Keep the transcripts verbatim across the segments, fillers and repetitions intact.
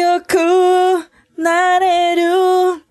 Yoku nareru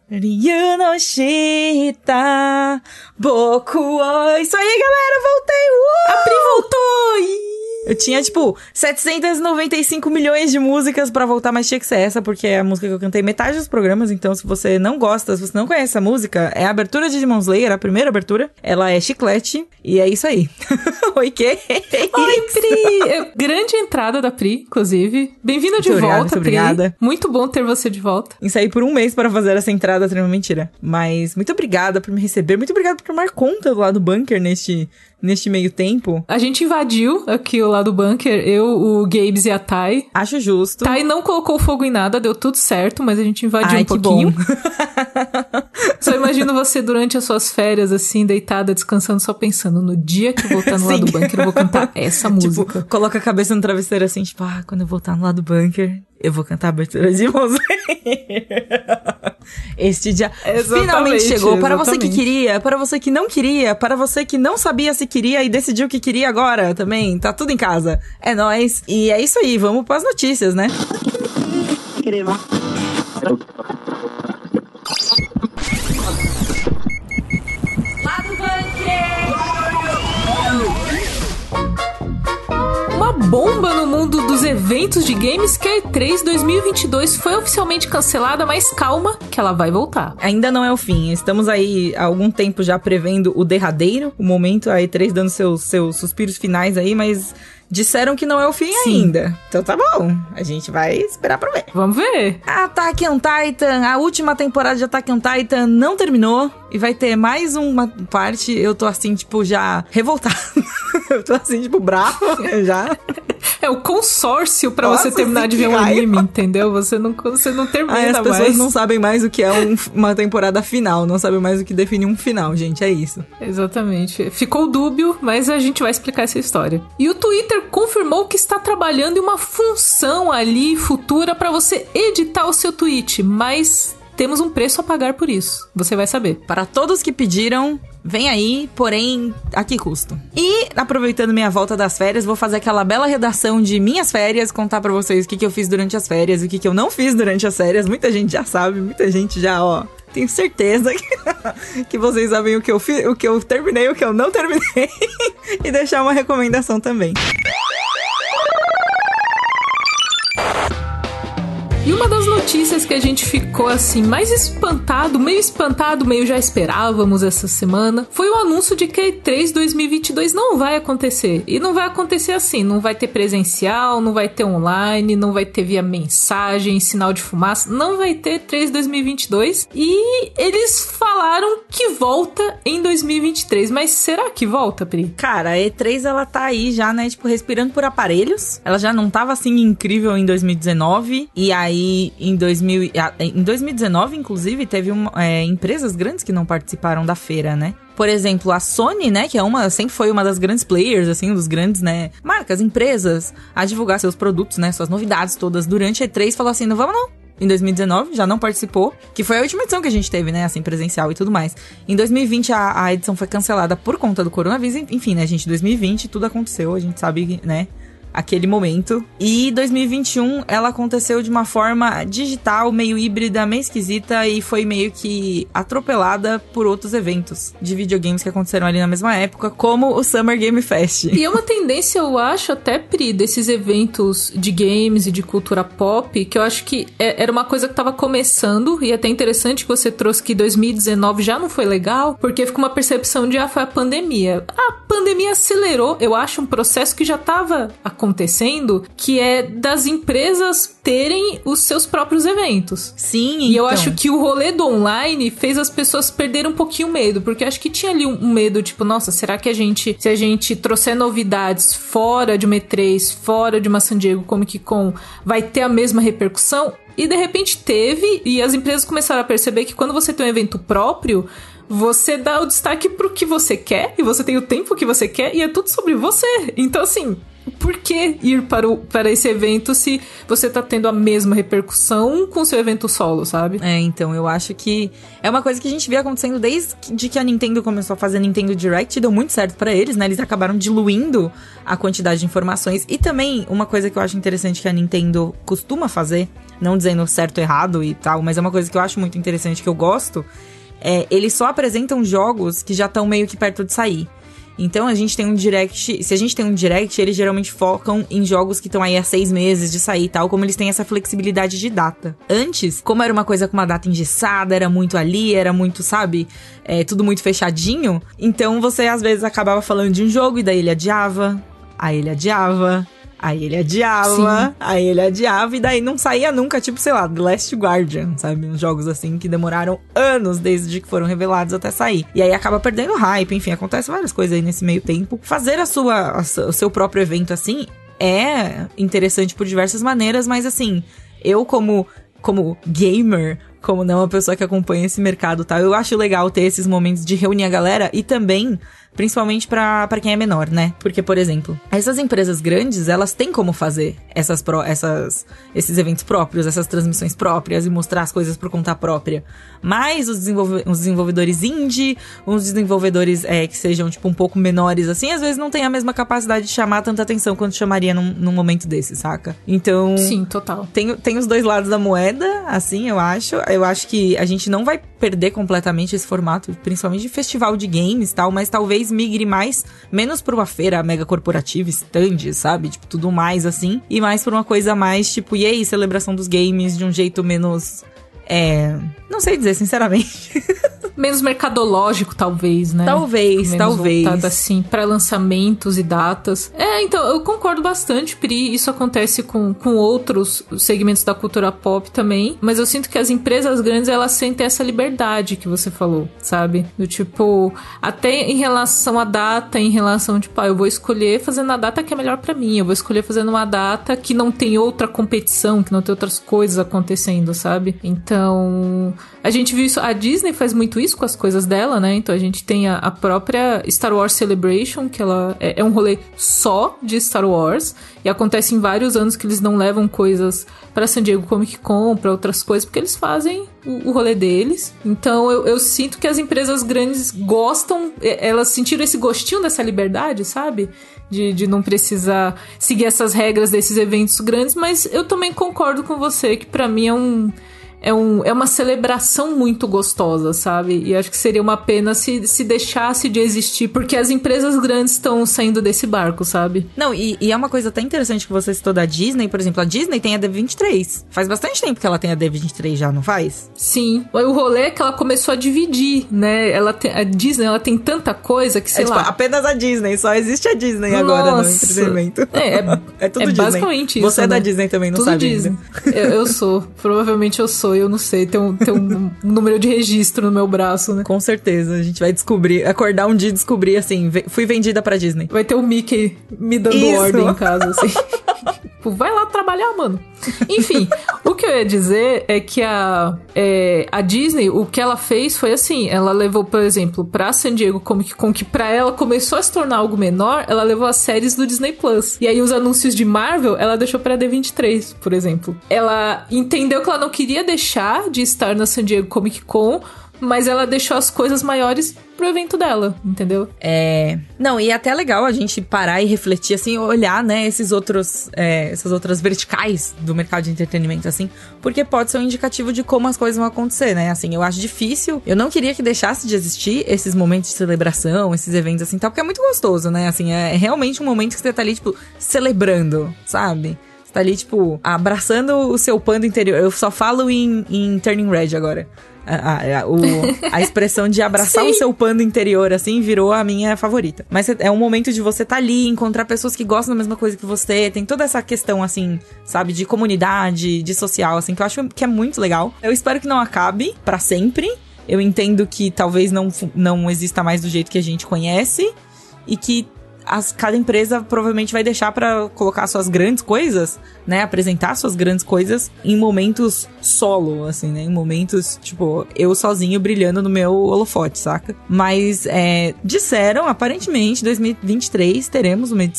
Ryunoshita Boku o... Isso aí, galera, voltei! Uh! A Pri voltou! Eu tinha, tipo, setecentos e noventa e cinco milhões de músicas pra voltar, mas tinha que ser essa, porque é a música que eu cantei metade dos programas, então se você não gosta, se você não conhece essa música, é a abertura de Demon Slayer, a primeira abertura. Ela é chiclete, e é isso aí. Oi, que? Oi, Pri! Grande entrada da Pri, inclusive. Bem-vinda de muito volta, obrigada, Pri. Obrigada. Muito bom ter você de volta. Ensaiei por um mês para fazer essa entrada, tremendo mentira. Mas muito obrigada por me receber, muito obrigada por tomar conta do lado bunker neste... neste meio tempo. A gente invadiu aqui o lado bunker, eu, o Gabes e a Thay. Acho justo. Thay não colocou fogo em nada, deu tudo certo, mas a gente invadiu Ai, um pouquinho. Bom. Só imagino você durante as suas férias, assim, deitada, descansando, só pensando, no dia que eu voltar no lado bunker, eu vou cantar essa música. Tipo, coloca a cabeça no travesseiro assim, tipo, ah, quando eu voltar no lado bunker, eu vou cantar a abertura de música. Este dia exatamente, finalmente chegou. exatamente. Para você que queria, para você que não queria, para você que não sabia se queria e decidiu que queria agora também. Tá tudo em casa. É nóis. E é isso aí, vamos pras notícias, né? Uma bomba no mundo dos eventos de games que a E três dois mil e vinte e dois foi oficialmente cancelada, mas calma que ela vai voltar. Ainda não é o fim. Estamos aí há algum tempo já prevendo o derradeiro, o momento, a E três dando seus, seus suspiros finais aí, mas... disseram que não é o fim Sim. ainda. Então tá bom. A gente vai esperar pra ver. Vamos ver. Attack on Titan, a última temporada de Attack on Titan não terminou. E vai ter mais uma parte. Eu tô assim, tipo, já revoltada. Eu tô assim, tipo, bravo já. É o consórcio pra Nossa, você terminar de ver um raiva. anime, entendeu? Você não, você não termina mais. As pessoas mais. não sabem mais o que é um, uma temporada final. Não sabem mais o que define um final, gente. É isso. Exatamente. Ficou dúbio, mas a gente vai explicar essa história. E o Twitter confirmou que está trabalhando em uma função ali futura pra você editar o seu tweet, mas temos um preço a pagar por isso. Você vai saber. Para todos que pediram, vem aí, porém, a que custo? E, aproveitando minha volta das férias, vou fazer aquela bela redação de minhas férias, contar pra vocês o que, que eu fiz durante as férias e o que, que eu não fiz durante as férias. Muita gente já sabe, muita gente já, ó... Tenho certeza que, que vocês sabem o que eu fiz, o que eu terminei, o que eu não terminei. E deixar uma recomendação também. E uma das notícias que a gente ficou assim, mais espantado, meio espantado, meio já esperávamos essa semana, foi o anúncio de que a E três dois mil e vinte e dois não vai acontecer. E não vai acontecer assim, não vai ter presencial, não vai ter online, não vai ter via mensagem, sinal de fumaça, não vai ter E três dois mil e vinte e dois. E eles falaram que volta em dois mil e vinte e três, mas será que volta, Pri? Cara, a E três ela tá aí já, né, tipo, respirando por aparelhos. Ela já não tava assim incrível em dois mil e dezenove, e aí em, dois mil, em dois mil e dezenove, inclusive, teve uma, é, empresas grandes que não participaram da feira, né? Por exemplo, a Sony, né, que é uma, sempre foi uma das grandes players, assim, dos grandes, né, marcas, empresas, a divulgar seus produtos, né, suas novidades todas durante a E três, falou assim, não vamos não. Em dois mil e dezenove, já não participou, que foi a última edição que a gente teve, né, assim, presencial e tudo mais. Em dois mil e vinte, a, a edição foi cancelada por conta do coronavírus, enfim, né, gente, dois mil e vinte, tudo aconteceu, a gente sabe, né, aquele momento. E dois mil e vinte e um, ela aconteceu de uma forma digital, meio híbrida, meio esquisita, e foi meio que atropelada por outros eventos de videogames que aconteceram ali na mesma época, como o Summer Game Fest. E é uma tendência, eu acho, até, Pri, desses eventos de games e de cultura pop, que eu acho que é, era uma coisa que tava começando, e é até interessante que você trouxe que dois mil e dezenove já não foi legal, porque ficou uma percepção de, ah, foi a pandemia. A pandemia acelerou, eu acho, um processo que já tava acontecendo, que é das empresas terem os seus próprios eventos. Sim, E então. eu acho que o rolê do online fez as pessoas perderem um pouquinho o medo, porque eu acho que tinha ali um, um medo, tipo, nossa, será que a gente, se a gente trouxer novidades fora de uma E três, fora de uma San Diego Comic Con, vai ter a mesma repercussão? E de repente teve, e as empresas começaram a perceber que quando você tem um evento próprio, você dá o destaque pro que você quer, e você tem o tempo que você quer, e é tudo sobre você. Então, assim, por que ir para, o, para esse evento se você tá tendo a mesma repercussão com o seu evento solo, sabe? É, então, eu acho que é uma coisa que a gente vê acontecendo desde que a Nintendo começou a fazer Nintendo Direct, deu muito certo pra eles, né? Eles acabaram diluindo a quantidade de informações. E também, uma coisa que eu acho interessante que a Nintendo costuma fazer, não dizendo certo ou errado e tal, mas é uma coisa que eu acho muito interessante, que eu gosto, é, eles só apresentam jogos que já estão meio que perto de sair. Então, a gente tem um direct... Se a gente tem um direct, eles geralmente focam em jogos que estão aí há seis meses de sair e tal, como eles têm essa flexibilidade de data. Antes, como era uma coisa com uma data engessada, era muito ali, era muito, sabe? É, tudo muito fechadinho. Então, você, às vezes, acabava falando de um jogo e daí ele adiava, aí ele adiava... Aí ele adiava, Sim. aí ele adiava, e daí não saía nunca, tipo, sei lá, The Last Guardian, sabe? Uns jogos assim que demoraram anos desde que foram revelados até sair. E aí acaba perdendo hype, enfim, acontece várias coisas aí nesse meio tempo. Fazer a sua, a, o seu próprio evento assim é interessante por diversas maneiras, mas assim, eu como, como gamer, como não uma pessoa que acompanha esse mercado, tá? Eu acho legal ter esses momentos de reunir a galera e também... Principalmente pra, pra quem é menor, né? Porque, por exemplo, essas empresas grandes, elas têm como fazer essas pro, essas, esses eventos próprios, essas transmissões próprias e mostrar as coisas por conta própria. Mas os, desenvolve, os desenvolvedores indie, os desenvolvedores é, que sejam, tipo, um pouco menores, assim, às vezes não tem a mesma capacidade de chamar tanta atenção quanto chamaria num, num momento desse, saca? Então... Sim, total. Tem, tem os dois lados da moeda, assim, eu acho. Eu acho que a gente não vai perder completamente esse formato, principalmente de festival de games e tal, mas talvez migre mais, menos pra uma feira mega corporativa, stand, sabe? Tipo, tudo mais assim. E mais pra uma coisa mais, tipo, e aí, celebração dos games de um jeito menos... É... Não sei dizer, sinceramente. Menos mercadológico, talvez, né? Talvez, menos talvez. Voltado, assim, pra lançamentos e datas. É, então, eu concordo bastante, Pri. Isso acontece com, com outros segmentos da cultura pop também. Mas eu sinto que as empresas grandes, elas sentem essa liberdade que você falou, sabe? Do tipo, até em relação à data, em relação, tipo, ah, eu vou escolher fazendo a data que é melhor pra mim. Eu vou escolher fazendo uma data que não tem outra competição, que não tem outras coisas acontecendo, sabe? Então, a gente viu isso. A Disney faz muito isso com as coisas dela, né? Então a gente tem a, a própria Star Wars Celebration, que ela é, é um rolê só de Star Wars, e acontece em vários anos que eles não levam coisas pra San Diego Comic Con, pra outras coisas, porque eles fazem o, o rolê deles. Então eu, eu sinto que as empresas grandes gostam, elas sentiram esse gostinho dessa liberdade, sabe? De, de não precisar seguir essas regras desses eventos grandes, mas eu também concordo com você que pra mim é um... É, um, é uma celebração muito gostosa, sabe? E acho que seria uma pena se, se deixasse de existir, porque as empresas grandes estão saindo desse barco, sabe? Não, e, e é uma coisa até interessante que você citou da Disney, por exemplo, a Disney tem a D vinte e três. Faz bastante tempo que ela tem a D vinte e três já, não faz? Sim. O rolê é que ela começou a dividir, né? Ela tem, a Disney, ela tem tanta coisa que, sei é, lá... Tipo, apenas a Disney, só existe a Disney Nossa. Agora no entretenimento. É, é, é tudo é Disney. Basicamente isso, Você é né? da Disney também, não tudo sabe Disney. Eu, eu sou. Provavelmente eu sou, eu não sei. Tem um ter um número de registro no meu braço, né? Com certeza, a gente vai descobrir, acordar um dia e descobrir, assim, fui vendida pra Disney. Vai ter o Mickey me dando Isso. ordem em casa, assim. Vai lá trabalhar, mano. Enfim, o que eu ia dizer é que a, é, a Disney, o que ela fez foi assim, ela levou, por exemplo, pra San Diego Comic Con, que pra ela começou a se tornar algo menor, ela levou as séries do Disney Plus. E aí os anúncios de Marvel, ela deixou pra D vinte e três, por exemplo. Ela entendeu que ela não queria deixar de estar na San Diego Comic Con, mas ela deixou as coisas maiores pro evento dela, entendeu? É... Não, e é até legal a gente parar e refletir, assim, olhar, né, esses outros, é, essas outras verticais do mercado de entretenimento, assim, porque pode ser um indicativo de como as coisas vão acontecer, né? Assim, eu acho difícil, eu não queria que deixasse de existir esses momentos de celebração, esses eventos assim, tal, porque é muito gostoso, né? Assim, é realmente um momento que você tá ali, tipo, celebrando, sabe? Você tá ali, tipo, abraçando o seu panda interior. Eu só falo em, em Turning Red agora. A, a, o, a expressão de abraçar o seu panda interior, assim, virou a minha favorita. Mas é um momento de você tá ali, encontrar pessoas que gostam da mesma coisa que você. Tem toda essa questão, assim, sabe, de comunidade, de social, assim, que eu acho que é muito legal. Eu espero que não acabe pra sempre. Eu entendo que talvez não, não exista mais do jeito que a gente conhece. E que As, cada empresa provavelmente vai deixar pra colocar suas grandes coisas, né? Apresentar suas grandes coisas em momentos solo, assim, né? Em momentos, tipo, eu sozinho brilhando no meu holofote, saca? Mas, é, disseram, aparentemente, dois mil e vinte e três teremos uma edição.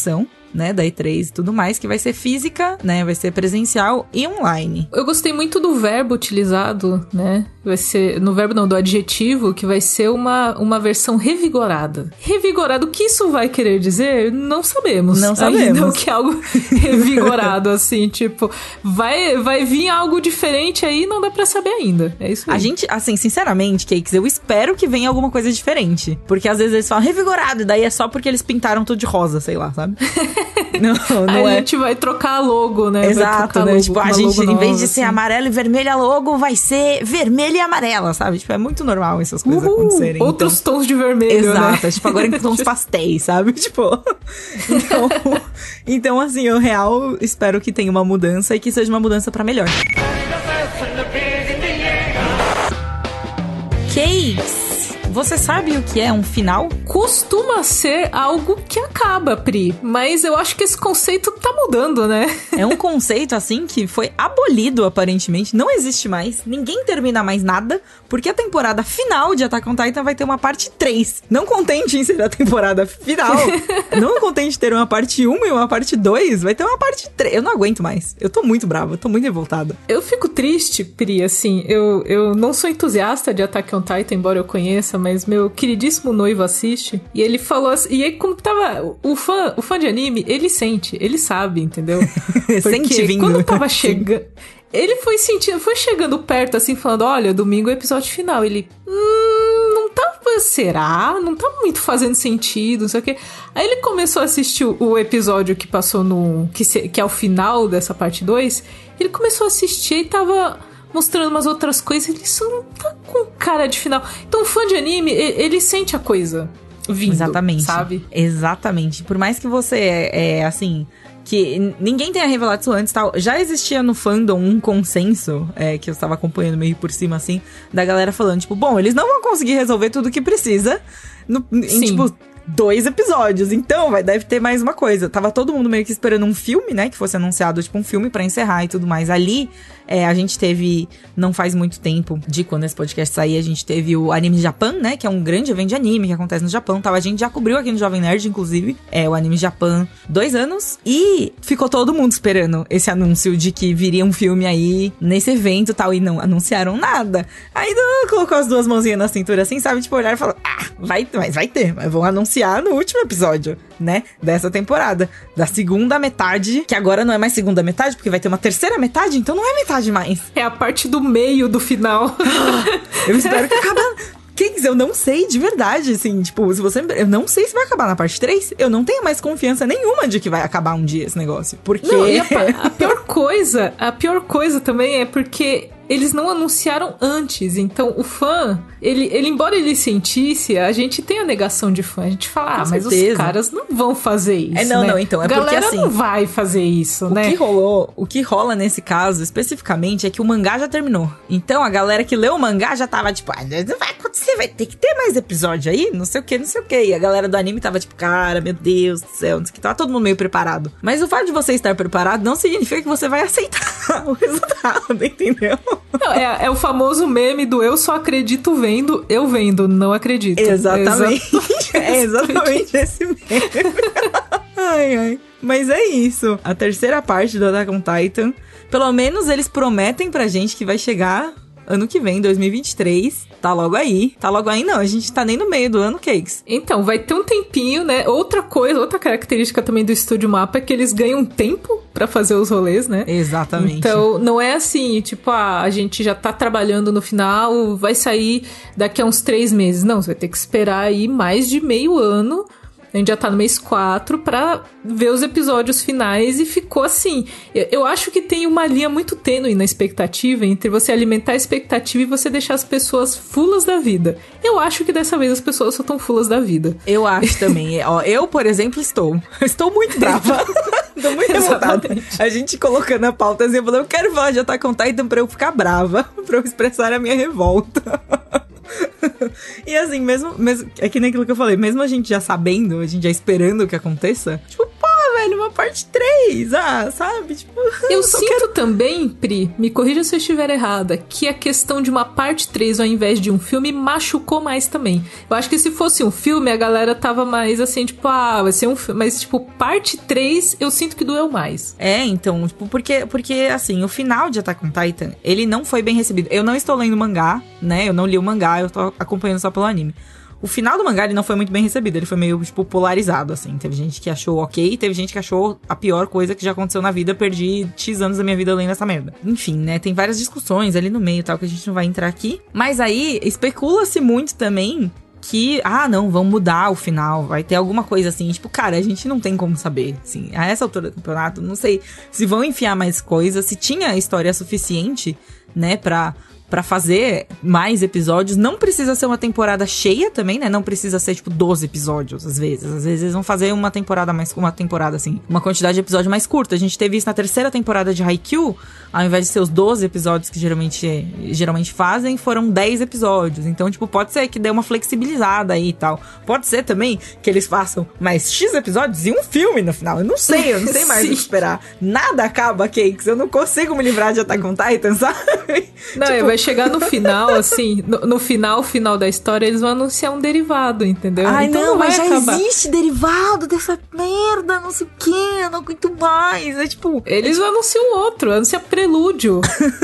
né, da E três e tudo mais, que vai ser física, né, vai ser presencial e online. Eu gostei muito do verbo utilizado, né, vai ser, no verbo não, do adjetivo, que vai ser uma, uma versão revigorada. Revigorado, o que isso vai querer dizer? Não sabemos. Não sabemos. Ainda o que é algo revigorado, assim, tipo, vai, vai vir algo diferente aí, não dá pra saber ainda. É isso aí. A gente, assim, sinceramente, Cakes, eu espero que venha alguma coisa diferente. Porque às vezes eles falam revigorado, e daí é só porque eles pintaram tudo de rosa, sei lá, sabe? Não, não a é. gente vai trocar a logo, né? Exato, né? Logo, tipo, a gente, em vez de ser assim, amarelo e vermelho a logo, vai ser vermelho e amarela, sabe? Tipo, é muito normal essas coisas Uhul, acontecerem. Outros então... tons de vermelho, Exato, né? tipo, agora em tons pastéis, sabe? Tipo, então, então, assim, eu real espero que tenha uma mudança e que seja uma mudança pra melhor. Cakes! Você sabe o que é um final? Costuma ser algo que acaba, Pri. Mas eu acho que esse conceito tá mudando, né? É um conceito, assim, que foi abolido, aparentemente. Não existe mais. Ninguém termina mais nada. Porque a temporada final de Attack on Titan vai ter uma parte três. Não contente em ser a temporada final. Não contente em ter uma parte um e uma parte dois. Vai ter uma parte três. Eu não aguento mais. Eu tô muito brava. Eu tô muito revoltada. Eu fico triste, Pri, assim. Eu, eu não sou entusiasta de Attack on Titan, embora eu conheça, mas meu queridíssimo noivo assiste, e ele falou assim, e aí como tava, o fã, o fã de anime, ele sente, ele sabe, entendeu? Porque sente vindo. Quando tava chegando, ele foi sentindo, foi chegando perto, assim, falando, olha, domingo é o episódio final, ele, hum, não tá, será? Não tá muito fazendo sentido, não sei o quê. Aí ele começou a assistir o, o episódio que passou no, que, se, que é o final dessa parte dois, ele começou a assistir e tava... mostrando umas outras coisas, ele só não tá com cara de final. Então, o fã de anime, ele, ele sente a coisa vindo, exatamente, sabe? Exatamente. Por mais que você, é, é assim... que ninguém tenha revelado isso antes, tal. Já existia no fandom um consenso, é, que eu estava acompanhando meio por cima, assim, da galera falando, tipo, bom, eles não vão conseguir resolver tudo o que precisa no, em, tipo... dois episódios, então vai, deve ter mais uma coisa. Tava todo mundo meio que esperando um filme, né, que fosse anunciado, tipo um filme pra encerrar e tudo mais. Ali, é, a gente teve, não faz muito tempo de quando esse podcast sair, a gente teve o Anime Japan, né, que é um grande evento de anime que acontece no Japão, tal. A gente já cobriu aqui no Jovem Nerd, inclusive, é o Anime Japan, dois anos, e ficou todo mundo esperando esse anúncio de que viria um filme aí nesse evento, tal, e não anunciaram nada. Aí colocou as duas mãozinhas na cintura assim, sabe, tipo, olhar e falou, ah, vai, mas vai ter, mas vão anunciar no último episódio, né, dessa temporada, da segunda metade, que agora não é mais segunda metade, porque vai ter uma terceira metade, então não é metade mais. É a parte do meio do final. Eu espero que acabe... Kings, eu não sei de verdade, assim, tipo, se você... Eu não sei se vai acabar na parte três, eu não tenho mais confiança nenhuma de que vai acabar um dia esse negócio, porque... Não, e a, a pior coisa, a pior coisa também é porque... eles não anunciaram antes, então o fã, ele, ele embora ele sentisse, a gente tem a negação de fã, a gente fala, ah, mas os caras não vão fazer isso, é, não, né? não, então, é galera porque assim... não vai fazer isso, o né? Que rolou, o que rola nesse caso, especificamente, é que o mangá já terminou. Então, a galera que leu o mangá já tava, tipo, ah, não vai acontecer, vai ter que ter mais episódio aí, não sei o que, não sei o que. E a galera do anime tava, tipo, cara, meu Deus do céu, não sei o que, tava todo mundo meio preparado. Mas o fato de você estar preparado não significa que você vai aceitar o resultado, entendeu? Não, é, é o famoso meme do eu só acredito vendo, eu vendo, não acredito. Exatamente. É exatamente esse meme. Ai, ai. Mas é isso. A terceira parte do Attack on Titan, pelo menos eles prometem pra gente que vai chegar ano que vem, dois mil e vinte e três. Tá logo aí. Tá logo aí, não. A gente tá nem no meio do ano, Cakes. Então, vai ter um tempinho, né? Outra coisa, outra característica também do Estúdio Mapa é que eles ganham tempo pra fazer os rolês, né? Exatamente. Então, não é assim, tipo, ah, a gente já tá trabalhando no final, vai sair daqui a uns três meses. Não, você vai ter que esperar aí mais de meio ano. A gente já tá no mês quatro pra ver os episódios finais e ficou assim. Eu, eu acho que tem uma linha muito tênue na expectativa entre você alimentar a expectativa e você deixar as pessoas fulas da vida. Eu acho que dessa vez as pessoas só estão fulas da vida. Eu acho também. Ó, eu, por exemplo, estou. Estou muito brava. Tô muito revoltada. A gente colocando a pauta assim, eu falei, eu quero falar de Attack on Titan pra eu ficar brava, pra eu expressar a minha revolta. E assim, mesmo, mesmo... É que nem aquilo que eu falei, mesmo a gente já sabendo, a gente já esperando que aconteça, tipo, pô, velho, uma parte três, ah, sabe? Tipo, eu, eu sinto quero... também, Pri, me corrija se eu estiver errada, que a questão de uma parte três ao invés de um filme machucou mais também. Eu acho que se fosse um filme, a galera tava mais assim, tipo, ah, vai ser um filme. Mas, tipo, parte três, eu sinto que doeu mais. É, então, tipo, porque, porque assim, o final de Attack on Titan, ele não foi bem recebido. Eu não estou lendo mangá, né? Eu não li o mangá, eu tô acompanhando só pelo anime. O final do mangá, ele não foi muito bem recebido. Ele foi meio, tipo, polarizado, assim. Teve gente que achou ok, teve gente que achou a pior coisa que já aconteceu na vida. Perdi X anos da minha vida lendo essa merda. Enfim, né? Tem várias discussões ali no meio e tal, que a gente não vai entrar aqui. Mas aí, especula-se muito também que, ah, não, vão mudar o final, vai ter alguma coisa assim. Tipo, cara, a gente não tem como saber, assim. A essa altura do campeonato, não sei se vão enfiar mais coisas, se tinha história suficiente, né, pra... pra fazer mais episódios. Não precisa ser uma temporada cheia também, né? Não precisa ser, tipo, doze episódios, às vezes. Às vezes eles vão fazer uma temporada mais... Uma temporada, assim, uma quantidade de episódio mais curta. A gente teve isso na terceira temporada de Haikyuu. Ao invés de ser os doze episódios que geralmente, geralmente fazem, foram dez episódios. Então, tipo, pode ser que dê uma flexibilizada aí e tal. Pode ser também que eles façam mais X episódios e um filme no final. Eu não sei, eu não sei mais o que esperar. Nada acaba, Cakes. Eu não consigo me livrar de Attack on Titan, sabe? Não, tipo... vai chegar no final, assim, no, no final, final da história, eles vão anunciar um derivado, entendeu? Ai, então, não, não mas já acabar. existe derivado dessa merda, não sei o que, eu não aguento mais. É tipo... Eles é tipo... anunciam outro, anunciam prelúdio.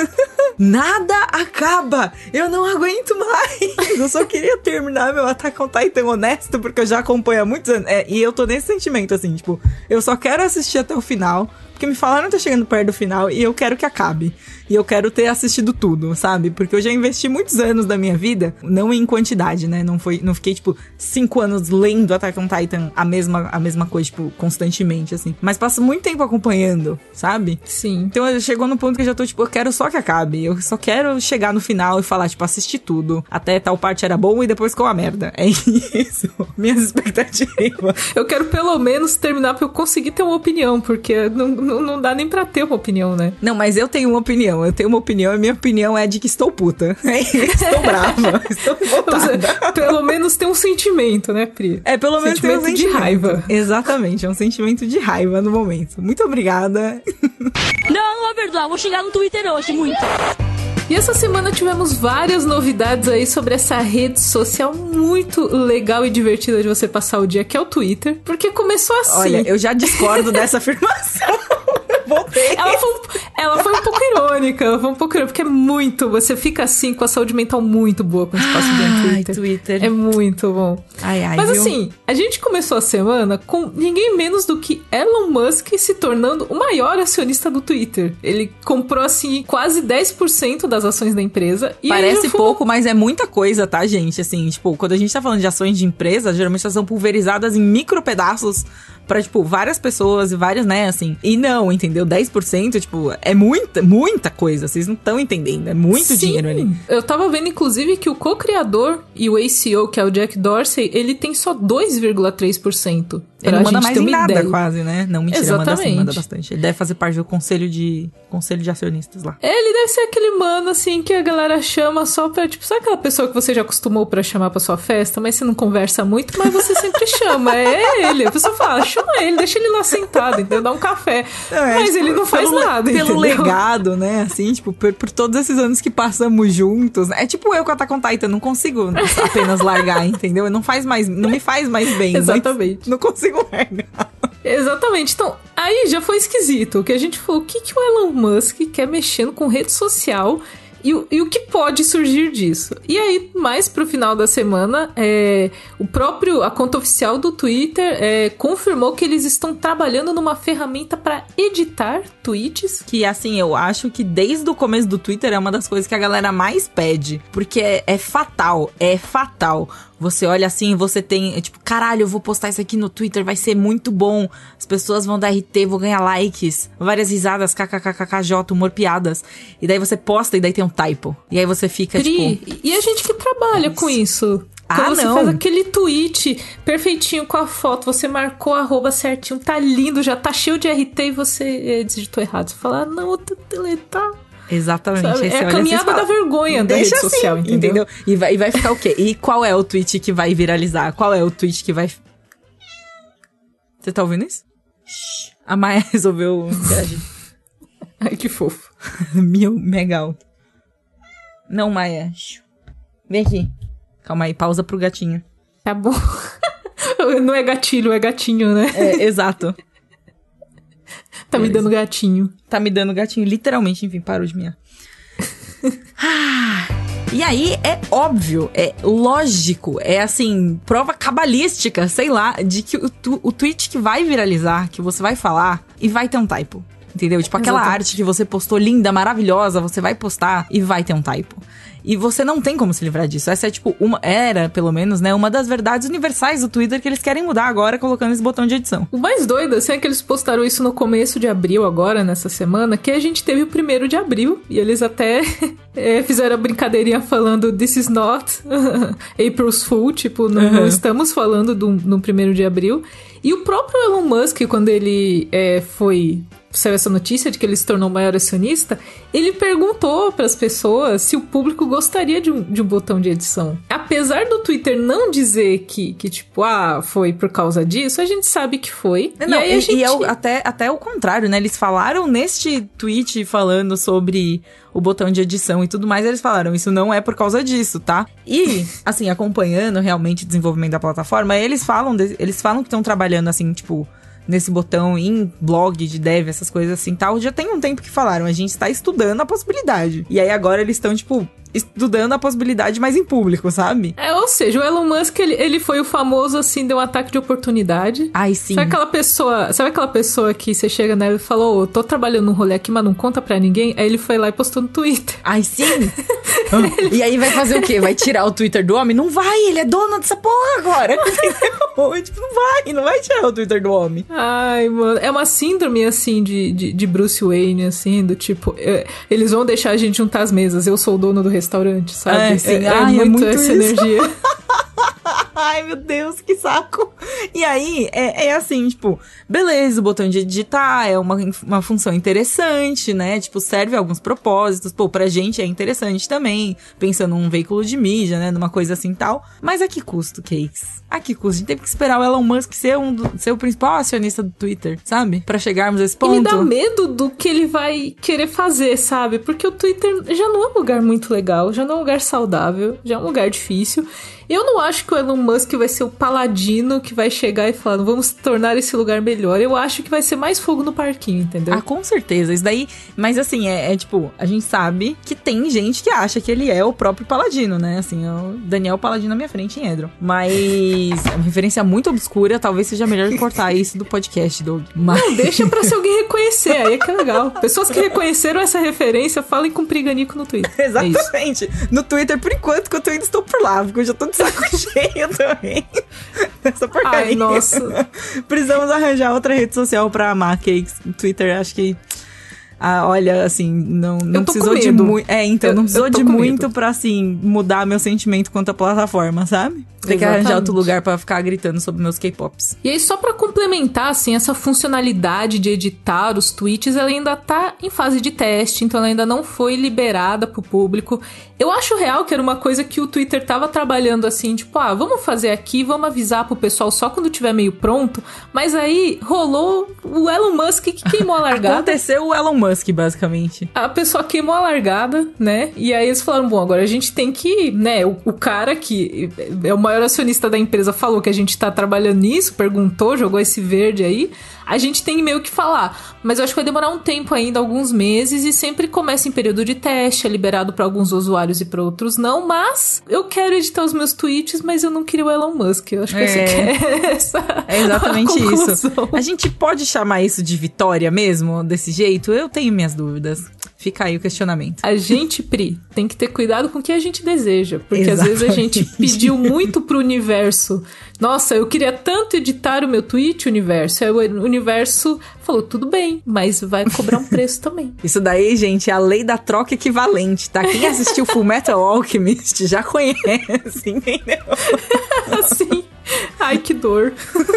Nada acaba, eu não aguento mais. Eu só queria terminar meu Attack on Titan honesto, porque eu já acompanho há muitos anos. É, e eu tô nesse sentimento, assim, tipo, eu só quero assistir até o final, porque me falaram que tá chegando perto do final e eu quero que acabe. E eu quero ter assistido tudo, sabe? Porque eu já investi muitos anos da minha vida, não em quantidade, né? Não foi, não fiquei, tipo, cinco anos lendo Attack on Titan a mesma, a mesma coisa, tipo, constantemente, assim. Mas passo muito tempo acompanhando, sabe? Sim. Então eu chegou no ponto que eu já tô, tipo, eu quero só que acabe. Eu só quero chegar no final e falar, tipo, assistir tudo. Até tal parte era bom e depois ficou uma merda. É isso. Minhas expectativas. Eu quero pelo menos terminar pra eu conseguir ter uma opinião, porque não, não, não dá nem pra ter uma opinião, né? Não, mas eu tenho uma opinião. Eu tenho uma opinião e minha opinião é de que estou puta. Estou brava. Estou revoltada. Pelo menos tem um sentimento, né, Pri? É, pelo menos tem um sentimento de raiva. Exatamente, é um sentimento de raiva no momento. Muito obrigada. Não, não vou perdoar. Vou chegar no Twitter hoje, muito. E essa semana tivemos várias novidades aí sobre essa rede social muito legal e divertida de você passar o dia, que é o Twitter. Porque começou assim. Olha, eu já discordo dessa afirmação. Voltei. Ela foi, ela foi um pouco irônica, ela foi um pouco irônica, porque é muito, você fica assim com a saúde mental muito boa quando você passa o dia no Twitter. Ai, Twitter. É muito bom. Ai, ai, Mas viu? assim, a gente começou a semana com ninguém menos do que Elon Musk se tornando o maior acionista do Twitter. Ele comprou assim quase dez por cento das ações da empresa. E parece foi... pouco, mas é muita coisa, tá, gente? Assim, tipo, quando a gente tá falando de ações de empresa, geralmente elas são pulverizadas em micro pedaços pra, tipo, várias pessoas e várias, né, assim. E não, entendeu? dez por cento, tipo, é muita, muita coisa. Vocês não estão entendendo. É muito Sim. dinheiro ali. Eu tava vendo, inclusive, que o co-criador e o A C O, que é o Jack Dorsey, ele tem só dois vírgula três por cento. Ele não manda mais em nada, ideia. Quase, né? Não, mentira, Exatamente. manda assim, manda bastante. Ele deve fazer parte do conselho de, conselho de acionistas lá. Ele deve ser aquele mano, assim, que a galera chama só pra, tipo, sabe aquela pessoa que você já acostumou pra chamar pra sua festa, mas você não conversa muito, mas você sempre chama. É ele. A pessoa fala, chama ele, deixa ele lá sentado, entendeu? Dá um café. Não, é, mas tipo, ele não faz pelo, nada, Pelo entendeu? legado, né? Assim, tipo, por, por todos esses anos que passamos juntos. É tipo eu com a Attack on Titan, não consigo apenas largar, entendeu? Não faz mais, não me faz mais bem. Exatamente. Não consigo largar. Exatamente. Então, aí já foi esquisito. Que a gente falou, o que, que o Elon Musk quer mexendo com rede social e, e o que pode surgir disso? E aí, mais pro final da semana, é, o próprio, a conta oficial do Twitter é, confirmou que eles estão trabalhando numa ferramenta para editar tweets. Que, assim, eu acho que desde o começo do Twitter é uma das coisas que a galera mais pede. Porque é, é fatal, é fatal. Você olha assim, você tem, é tipo, caralho, eu vou postar isso aqui no Twitter, vai ser muito bom. As pessoas vão dar R T, vou ganhar likes, várias risadas, kkkkj, humor, piadas. E daí você posta e daí tem um typo. E aí você fica, Pri, tipo... E a gente que trabalha com isso. Ah, Quando você não. faz aquele tweet perfeitinho com a foto, você marcou a arroba certinho, tá lindo, já tá cheio de R T e você é, digitou errado. Você fala, ah, não, vou deletar. Exatamente. É a caminhada da vergonha da rede assim, social, entendeu? entendeu? E vai, e vai ficar o quê? E qual é o tweet que vai viralizar? Qual é o tweet que vai... Você tá ouvindo isso? A Maia resolveu interagir. Ai, que fofo. Mil, mega alto. Não, Maia. Vem aqui. Calma aí, pausa pro gatinho. Tá bom. Não é gatilho, é gatinho, né? É, exato. Tá Beleza. me dando gatinho. Tá me dando gatinho, literalmente, enfim, parou de miar. E aí, é óbvio, é lógico, é assim, prova cabalística, sei lá, de que o, tu, o tweet que vai viralizar, que você vai falar, e vai ter um typo. Entendeu? Tipo, aquela Exatamente. arte que você postou linda, maravilhosa, você vai postar e vai ter um typo. E você não tem como se livrar disso. Essa é, tipo, uma... Era, pelo menos, né? Uma das verdades universais do Twitter que eles querem mudar agora, colocando esse botão de edição. O mais doido, assim, é que eles postaram isso no começo de abril, agora, nessa semana, que a gente teve o primeiro de abril. E eles até é, fizeram a brincadeirinha falando "This is not April's Fool". Tipo, não, uhum. não estamos falando do, no primeiro de abril. E o próprio Elon Musk, quando ele é, foi... saiu essa notícia de que ele se tornou o maior acionista, ele perguntou para as pessoas se o público gostaria de um, de um botão de edição. Apesar do Twitter não dizer que, que, tipo, ah, foi por causa disso, a gente sabe que foi. Não, e aí a e, gente... e é o, até, até o contrário, né? Eles falaram neste tweet falando sobre o botão de edição e tudo mais, eles falaram, isso não é por causa disso, tá? E, assim, acompanhando realmente o desenvolvimento da plataforma, eles falam, de, eles falam que estão trabalhando, assim, tipo... nesse botão, em blog de dev, essas coisas assim, tal, já tem um tempo que falaram, a gente está estudando a possibilidade. E aí agora eles estão, tipo, estudando a possibilidade, mas em público, sabe? É, ou seja, o Elon Musk, ele, ele foi o famoso, assim, deu um ataque de oportunidade. Ai, sim. Sabe aquela pessoa, sabe aquela pessoa que você chega nela e fala, ô, oh, tô trabalhando num rolê aqui, mas não conta pra ninguém? Aí ele foi lá e postou no Twitter. Ai, sim! E aí vai fazer o quê? Vai tirar o Twitter do homem? Não vai, ele é dono dessa porra agora. Tipo, não vai, não vai tirar o Twitter do homem. Ai, mano, é uma síndrome, assim, de, de, de Bruce Wayne, assim, do tipo, é, eles vão deixar a gente juntar as mesas, eu sou o dono do restaurante, sabe? É, sim. É, Ai, é, muito é muito essa isso. energia. Ai, meu Deus, que saco. E aí, é, é assim, tipo, beleza, o botão de editar é uma, uma função interessante, né? Tipo, serve a alguns propósitos. Pô, pra gente é interessante também, pensando num veículo de mídia, né? Numa coisa assim e tal. Mas a que custo, Cakes? A que custo? A gente teve que esperar o Elon Musk ser, um do, ser o principal acionista do Twitter, sabe? Pra chegarmos a esse ponto. E me dá medo do que ele vai querer fazer, sabe? Porque o Twitter já não é um lugar muito legal, já não é um lugar saudável, já é um lugar difícil. Eu não acho que o Elon Musk vai ser o paladino que vai chegar e falar, vamos tornar esse lugar melhor. Eu acho que vai ser mais fogo no parquinho, entendeu? Ah, com certeza. Isso daí... Mas assim, é, é tipo, a gente sabe que tem gente que acha que ele é o próprio paladino, né? Assim, é o Daniel Paladino na minha frente em Edron. Mas é uma referência muito obscura. Talvez seja melhor cortar isso do podcast, Doug. Mas... Não, deixa pra se alguém reconhecer. Aí é que é legal. Pessoas que reconheceram essa referência, falem com o Priganico no Twitter. Exatamente. É no Twitter, por enquanto, que eu ainda estou por lá. Porque eu já tô de saco cheio também. Essa porcaria. Ai, nossa. Precisamos arranjar outra rede social pra amar Cakes. Twitter, acho que... Ah, olha, assim, não, não precisou de muito... É, então, eu, não precisou de muito medo. Pra, assim, mudar meu sentimento quanto à plataforma, sabe? Tem que arranjar outro lugar pra ficar gritando sobre meus K-pops. E aí, só pra complementar, assim, essa funcionalidade de editar os tweets, ela ainda tá em fase de teste, então ela ainda não foi liberada pro público. Eu acho real que era uma coisa que o Twitter tava trabalhando, assim, tipo, ah, vamos fazer aqui, vamos avisar pro pessoal só quando tiver meio pronto, mas aí rolou o Elon Musk que queimou a largada. Aconteceu o Elon Musk, basicamente. A pessoa queimou a largada, né? E aí eles falaram, bom, agora a gente tem que, né, o, o cara que é o maior acionista da empresa falou que a gente tá trabalhando nisso, perguntou, jogou esse verde aí, a gente tem meio que falar. Mas eu acho que vai demorar um tempo ainda, alguns meses, e sempre começa em período de teste, é liberado pra alguns usuários e pra outros não, mas eu quero editar os meus tweets, mas eu não queria o Elon Musk. Eu acho que, é. essa, que é, essa é exatamente isso. A gente pode chamar isso de vitória mesmo, desse jeito? Eu tenho minhas dúvidas. Fica aí o questionamento. A gente, Pri, tem que ter cuidado com o que a gente deseja. Porque exatamente. Às vezes a gente pediu muito pro universo. Nossa, eu queria tanto editar o meu tweet, universo. Aí o universo falou, tudo bem, mas vai cobrar um preço também. Isso daí, gente, é a lei da troca equivalente, tá? Quem assistiu Fullmetal Alchemist já conhece, entendeu? Assim. Ai, que dor.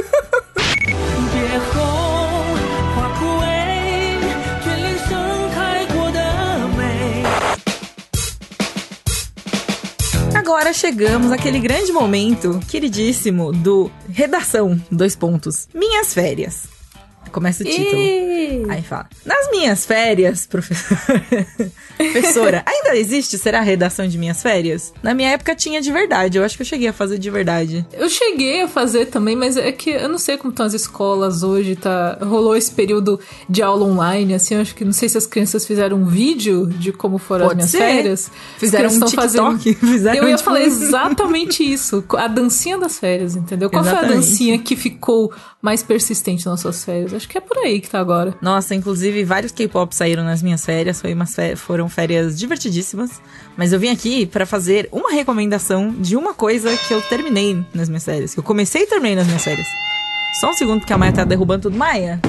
Agora chegamos àquele grande momento, queridíssimo, do redação, dois pontos. Minhas férias. Começa o título. E... Aí fala, nas minhas férias, professora... professora, ainda existe, será a redação de minhas férias? Na minha época tinha de verdade, eu acho que eu cheguei a fazer de verdade. Eu cheguei a fazer também, mas é que eu não sei como estão as escolas hoje, tá? Rolou esse período de aula online, assim, eu acho que não sei se as crianças fizeram um vídeo de como foram Pode as minhas ser. férias. Fizeram um TikTok. Fazendo... Fizeram eu ia tipo... falar exatamente isso, a dancinha das férias, entendeu? Qual exatamente. Foi a dancinha que ficou mais persistente nas suas férias? Acho que é por aí que tá agora. Nossa, inclusive vários K-pop saíram nas minhas férias, foi umas férias, foram férias divertidíssimas, mas eu vim aqui pra fazer uma recomendação de uma coisa que eu terminei nas minhas férias, que eu comecei e terminei nas minhas férias. Só um segundo, porque a Maia tá derrubando tudo. Maia,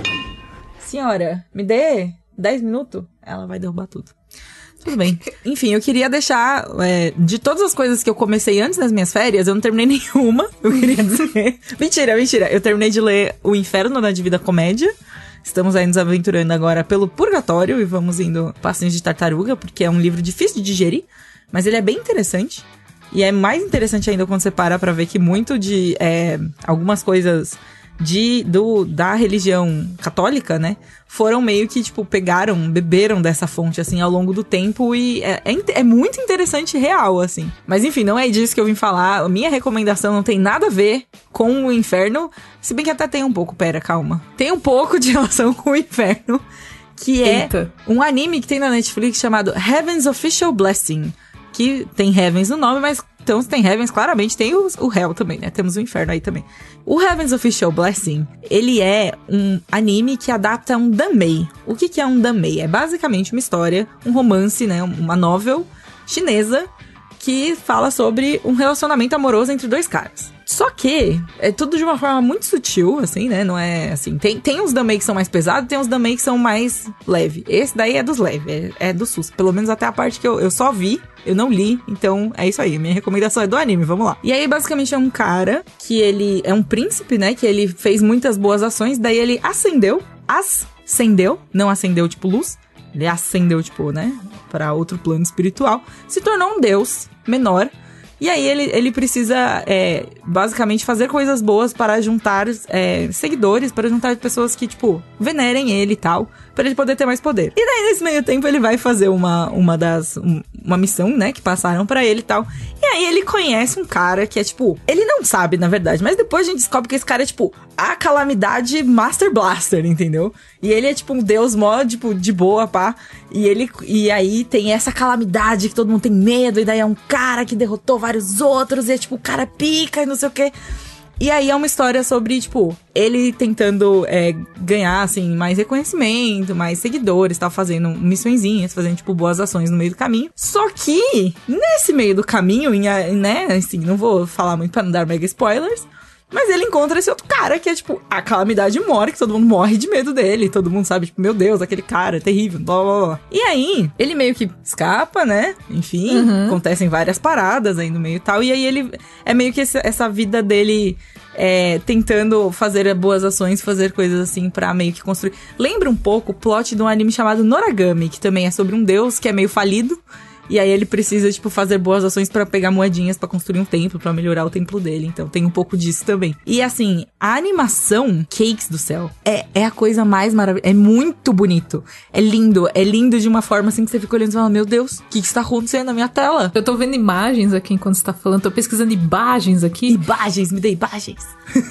senhora, me dê dez minutos, ela vai derrubar tudo. Tudo bem. Enfim, eu queria deixar... É, de todas as coisas que eu comecei antes das minhas férias, eu não terminei nenhuma. Eu queria dizer... mentira, mentira. Eu terminei de ler O Inferno na Divina Comédia. Estamos aí nos aventurando agora pelo Purgatório e vamos indo Passinhos de Tartaruga, porque é um livro difícil de digerir, mas ele é bem interessante. E é mais interessante ainda quando você para pra ver que muito de... É, algumas coisas... De, do, da religião católica, né, foram meio que, tipo, pegaram, beberam dessa fonte, assim, ao longo do tempo e é, é, é muito interessante e real, assim. Mas, enfim, não é disso que eu vim falar. A minha recomendação não tem nada a ver com o inferno, se bem que até tem um pouco, pera, calma. Tem um pouco de relação com o inferno, que é Eita. um anime que tem na Netflix chamado Heaven's Official Blessing, que tem Heavens no nome, mas... Então, se tem Heavens, claramente tem o, o Hell também, né? Temos o Inferno aí também. O Heaven's Official Blessing, ele é um anime que adapta um danmei. O que, que é um danmei? É basicamente uma história, um romance, né? Uma novel chinesa que fala sobre um relacionamento amoroso entre dois caras. Só que é tudo de uma forma muito sutil, assim, né? Não é assim... Tem, tem uns danmei que são mais pesados, tem uns danmei que são mais leve. Esse daí é dos leves, é, é do sus. Pelo menos até a parte que eu, eu só vi, eu não li. Então, é isso aí. Minha recomendação é do anime, vamos lá. E aí, basicamente, é um cara que ele... É um príncipe, né? Que ele fez muitas boas ações. Daí ele ascendeu. Ascendeu. Não acendeu, tipo, luz. Ele ascendeu, tipo, né? Pra outro plano espiritual. Se tornou um deus menor. E aí ele, ele precisa, é, basicamente, fazer coisas boas para juntar é, seguidores, para juntar pessoas que, tipo, venerem ele e tal, para ele poder ter mais poder. E daí, nesse meio tempo, ele vai fazer uma, uma das... Um, uma missão, né, que passaram pra ele e tal. E aí ele conhece um cara que é, tipo... Ele não sabe, na verdade, mas depois a gente descobre que esse cara é, tipo, a calamidade Master Blaster, entendeu? E ele é, tipo, um deus mó, tipo, de boa, pá. E ele... E aí tem essa calamidade que todo mundo tem medo, e daí é um cara que derrotou vários outros, e é, tipo, o cara pica e não sei o quê. E aí é uma história sobre, tipo, ele tentando é, ganhar, assim, mais reconhecimento, mais seguidores, tal, fazendo missõezinhas, fazendo, tipo, boas ações no meio do caminho. Só que, nesse meio do caminho, em, né, assim, não vou falar muito pra não dar mega spoilers, mas ele encontra esse outro cara que é, tipo, a calamidade mora, que todo mundo morre de medo dele. Todo mundo sabe, tipo, meu Deus, aquele cara é terrível, blá, blá, blá. E aí, ele meio que escapa, né? Enfim, uhum. Acontecem várias paradas aí no meio e tal. E aí ele, é meio que esse, essa vida dele... É, tentando fazer boas ações, fazer coisas assim pra meio que construir. Lembra um pouco o plot de um anime chamado Noragami, que também é sobre um deus que é meio falido. E aí ele precisa, tipo, fazer boas ações pra pegar moedinhas pra construir um templo, pra melhorar o templo dele. Então tem um pouco disso também. E assim, a animação, Cakes do céu, é, é a coisa mais maravilhosa. É muito bonito. É lindo. É lindo de uma forma assim que você fica olhando e fala, meu Deus, o que que está acontecendo na minha tela? Eu tô vendo imagens aqui enquanto você tá falando. Tô pesquisando imagens aqui. Imagens, me dê imagens.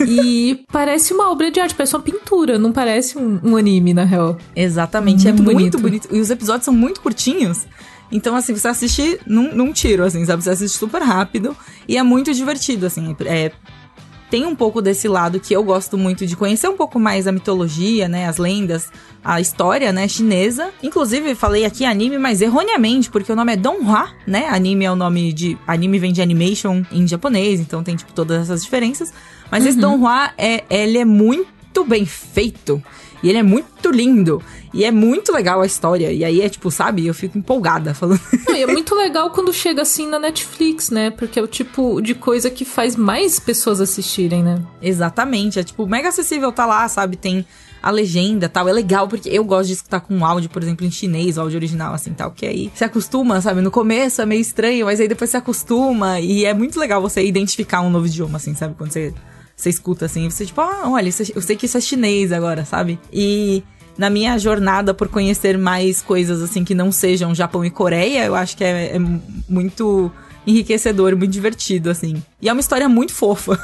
E parece uma obra de arte, parece uma pintura, não parece um, um anime, na real. Exatamente, muito é bonito. muito bonito. E os episódios são muito curtinhos. Então, assim, você assiste num, num tiro, assim, sabe? Você assiste super rápido e é muito divertido, assim. É, tem um pouco desse lado que eu gosto muito de conhecer um pouco mais a mitologia, né? As lendas, a história, né? Chinesa. Inclusive, falei aqui anime, mas erroneamente, porque o nome é Donghua, né? Anime é o nome de... Anime vem de animation em japonês, então tem, tipo, todas essas diferenças. Mas uhum. esse Donghua, é, ele é muito bem feito. E ele é muito lindo. E é muito legal a história. E aí é tipo, sabe? Eu fico empolgada falando. Não, e é muito legal quando chega assim na Netflix, né? Porque é o tipo de coisa que faz mais pessoas assistirem, né? Exatamente. É tipo, mega acessível, tá lá, sabe? Tem a legenda e tal. É legal porque eu gosto de escutar com áudio, por exemplo, em chinês, o áudio original, assim, tal. Que aí se acostuma, sabe? No começo é meio estranho, mas aí depois se acostuma. E é muito legal você identificar um novo idioma, assim, sabe? Quando você... Você escuta assim, e você tipo, ah, olha, isso é, eu sei que isso é chinês agora, sabe? E na minha jornada por conhecer mais coisas assim que não sejam Japão e Coreia, eu acho que é, é muito enriquecedor, muito divertido, assim. E é uma história muito fofa.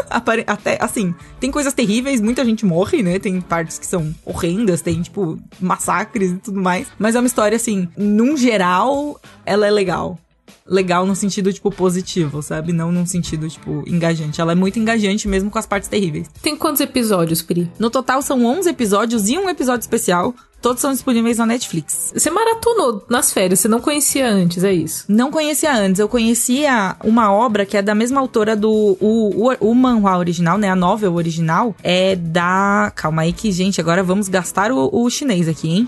Até, assim, tem coisas terríveis, muita gente morre, né? Tem partes que são horrendas, tem, tipo, massacres e tudo mais. Mas é uma história, assim, num geral, ela é legal. Legal no sentido, tipo, positivo, sabe? Não num sentido, tipo, engajante. Ela é muito engajante mesmo com as partes terríveis. Tem quantos episódios, Pri? No total são onze episódios e um episódio especial. Todos são disponíveis na Netflix. Você maratonou nas férias, você não conhecia antes, é isso? Não conhecia antes, eu conhecia uma obra que é da mesma autora do... O, o, o manhwa original, né? A novel original é da... Calma aí que, gente, agora vamos gastar o, o chinês aqui, hein?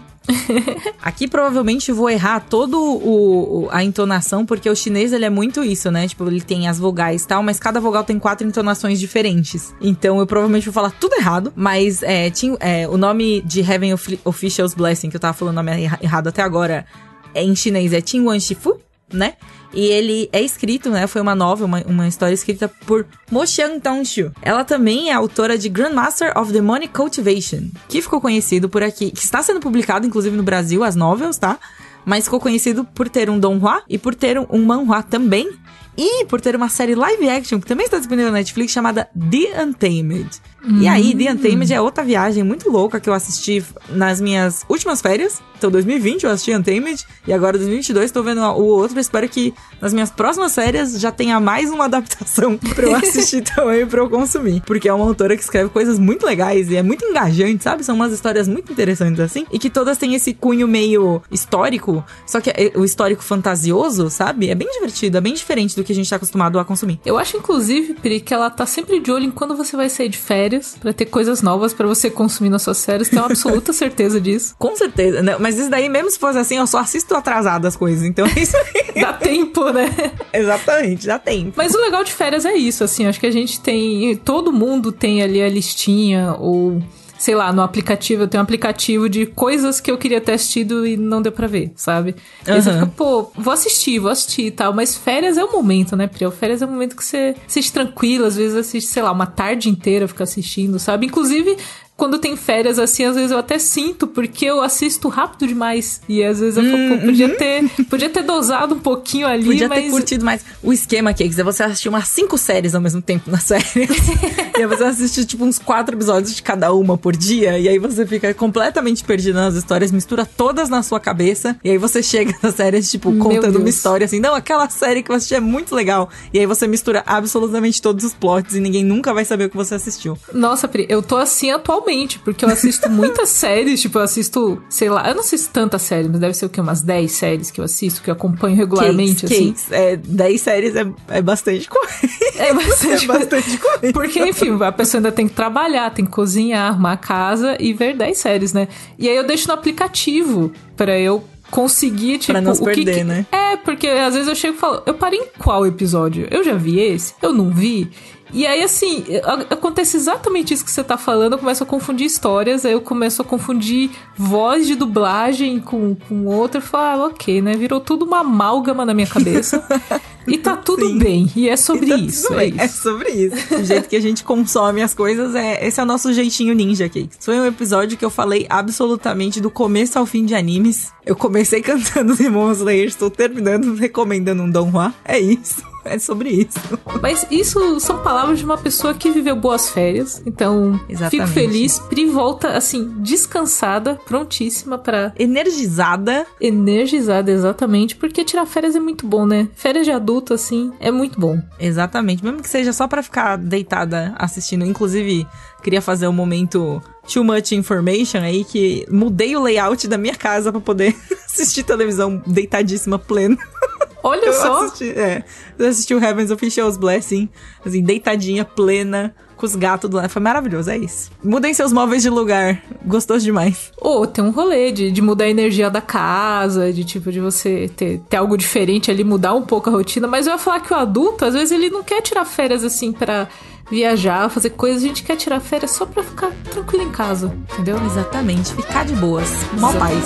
Aqui provavelmente vou errar todo o, o, a entonação, porque o chinês ele é muito isso, né? Tipo, ele tem as vogais e tal, mas cada vogal tem quatro entonações diferentes. Então eu provavelmente vou falar tudo errado, mas é, tinha, é, o nome de Heaven Official's Blessing, que eu tava falando o nome errado até agora, é, em chinês é Qingwen Shifu, né? E ele é escrito, né? Foi uma novel, uma, uma história escrita por Mo Xiang Tongxiu. Ela também é autora de Grandmaster of Demonic Cultivation, que ficou conhecido por aqui, que está sendo publicado, inclusive, no Brasil, as novels, tá? Mas ficou conhecido por ter um donghua e por ter um, um manhua também. E por ter uma série live action, que também está disponível na Netflix, chamada The Untamed. Hum. E aí, The Untamed é outra viagem muito louca que eu assisti nas minhas últimas férias. Então, dois mil e vinte eu assisti Untamed, e agora dois mil e vinte e dois estou vendo o outro. Espero que nas minhas próximas férias já tenha mais uma adaptação pra eu assistir também, pra eu consumir. Porque é uma autora que escreve coisas muito legais e é muito engajante, sabe? São umas histórias muito interessantes assim, e que todas têm esse cunho meio histórico, só que o histórico fantasioso, sabe? É bem divertido, é bem diferente do que a gente tá acostumado a consumir. Eu acho, inclusive, Pri, que ela tá sempre de olho em quando você vai sair de férias, pra ter coisas novas pra você consumir nas suas férias. Tenho absoluta certeza disso. Com certeza, né? Mas isso daí, mesmo se fosse assim, eu só assisto atrasado as coisas, então é isso aí. Dá tempo, né? Exatamente, dá tempo. Mas o legal de férias é isso, assim, acho que a gente tem, todo mundo tem ali a listinha, ou... sei lá, no aplicativo, eu tenho um aplicativo de coisas que eu queria ter assistido e não deu pra ver, sabe? E uhum. aí você fica, pô, vou assistir, vou assistir e tal, mas férias é o momento, né, Pri? Férias é o momento que você assiste tranquilo, às vezes assiste, sei lá, uma tarde inteira fica assistindo, sabe? Inclusive, quando tem férias assim, às vezes eu até sinto, porque eu assisto rápido demais. E às vezes eu hum, fico, pô, podia uhum. ter, podia ter dosado um pouquinho ali, podia mas... ter curtido mais. O esquema aqui é você assistir umas cinco séries ao mesmo tempo nas férias. E aí você assiste, tipo, uns quatro episódios de cada uma por dia. E aí você fica completamente perdido nas histórias, mistura todas na sua cabeça. E aí você chega nas séries, tipo, Meu contando Deus. uma história assim. Não, aquela série que eu assisti é muito legal. E aí você mistura absolutamente todos os plots e ninguém nunca vai saber o que você assistiu. Nossa, Pri, eu tô assim atualmente, porque eu assisto muitas séries, tipo, eu assisto, sei lá, eu não assisto tantas séries, mas deve ser o quê? Umas dez séries que eu assisto, que eu acompanho regularmente, Case, assim. Case. É, dez séries é, é bastante coisa. É bastante, é bastante coisa. Porque, enfim, a pessoa ainda tem que trabalhar, tem que cozinhar, arrumar a casa e ver dez séries, né? E aí eu deixo no aplicativo pra eu conseguir, tipo... Pra não se o que perder, que... né? É, porque às vezes eu chego e falo, eu parei em qual episódio? Eu já vi esse? Eu não vi? E aí, assim, acontece exatamente isso que você tá falando, eu começo a confundir histórias, aí eu começo a confundir voz de dublagem com, com outra, e falo, ah, ok, né, virou tudo uma amálgama na minha cabeça, e tá tudo Sim. bem, e é sobre tá isso, é, é isso. É sobre isso, o jeito que a gente consome as coisas, é esse é o nosso jeitinho ninja aqui. Foi um episódio que eu falei absolutamente do começo ao fim de animes, eu comecei cantando Demon Slayer, estou terminando recomendando um donghua, é isso. É sobre isso. Mas isso são palavras de uma pessoa que viveu boas férias. Então, exatamente. Fico feliz. Pri volta, assim, descansada, prontíssima pra... Energizada. Energizada, exatamente. Porque tirar férias é muito bom, né? Férias de adulto, assim, é muito bom. Exatamente. Mesmo que seja só pra ficar deitada assistindo. Inclusive, queria fazer um momento... Too much information aí, que mudei o layout da minha casa pra poder assistir televisão deitadíssima, plena. Olha eu só! Assisti, é, eu assisti o Heaven's Official's Blessing, assim, deitadinha, plena, com os gatos do lado. Foi maravilhoso, é isso. Mudem seus móveis de lugar. Gostoso demais. Ou oh, tem um rolê de, de mudar a energia da casa, de tipo, de você ter, ter algo diferente ali, mudar um pouco a rotina. Mas eu ia falar que o adulto, às vezes, ele não quer tirar férias, assim, pra... viajar, fazer coisas, a gente quer tirar férias só pra ficar tranquilo em casa, entendeu? Exatamente, ficar de boas, mó paz.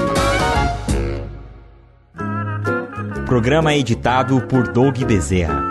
Programa editado por Doug Bezerra.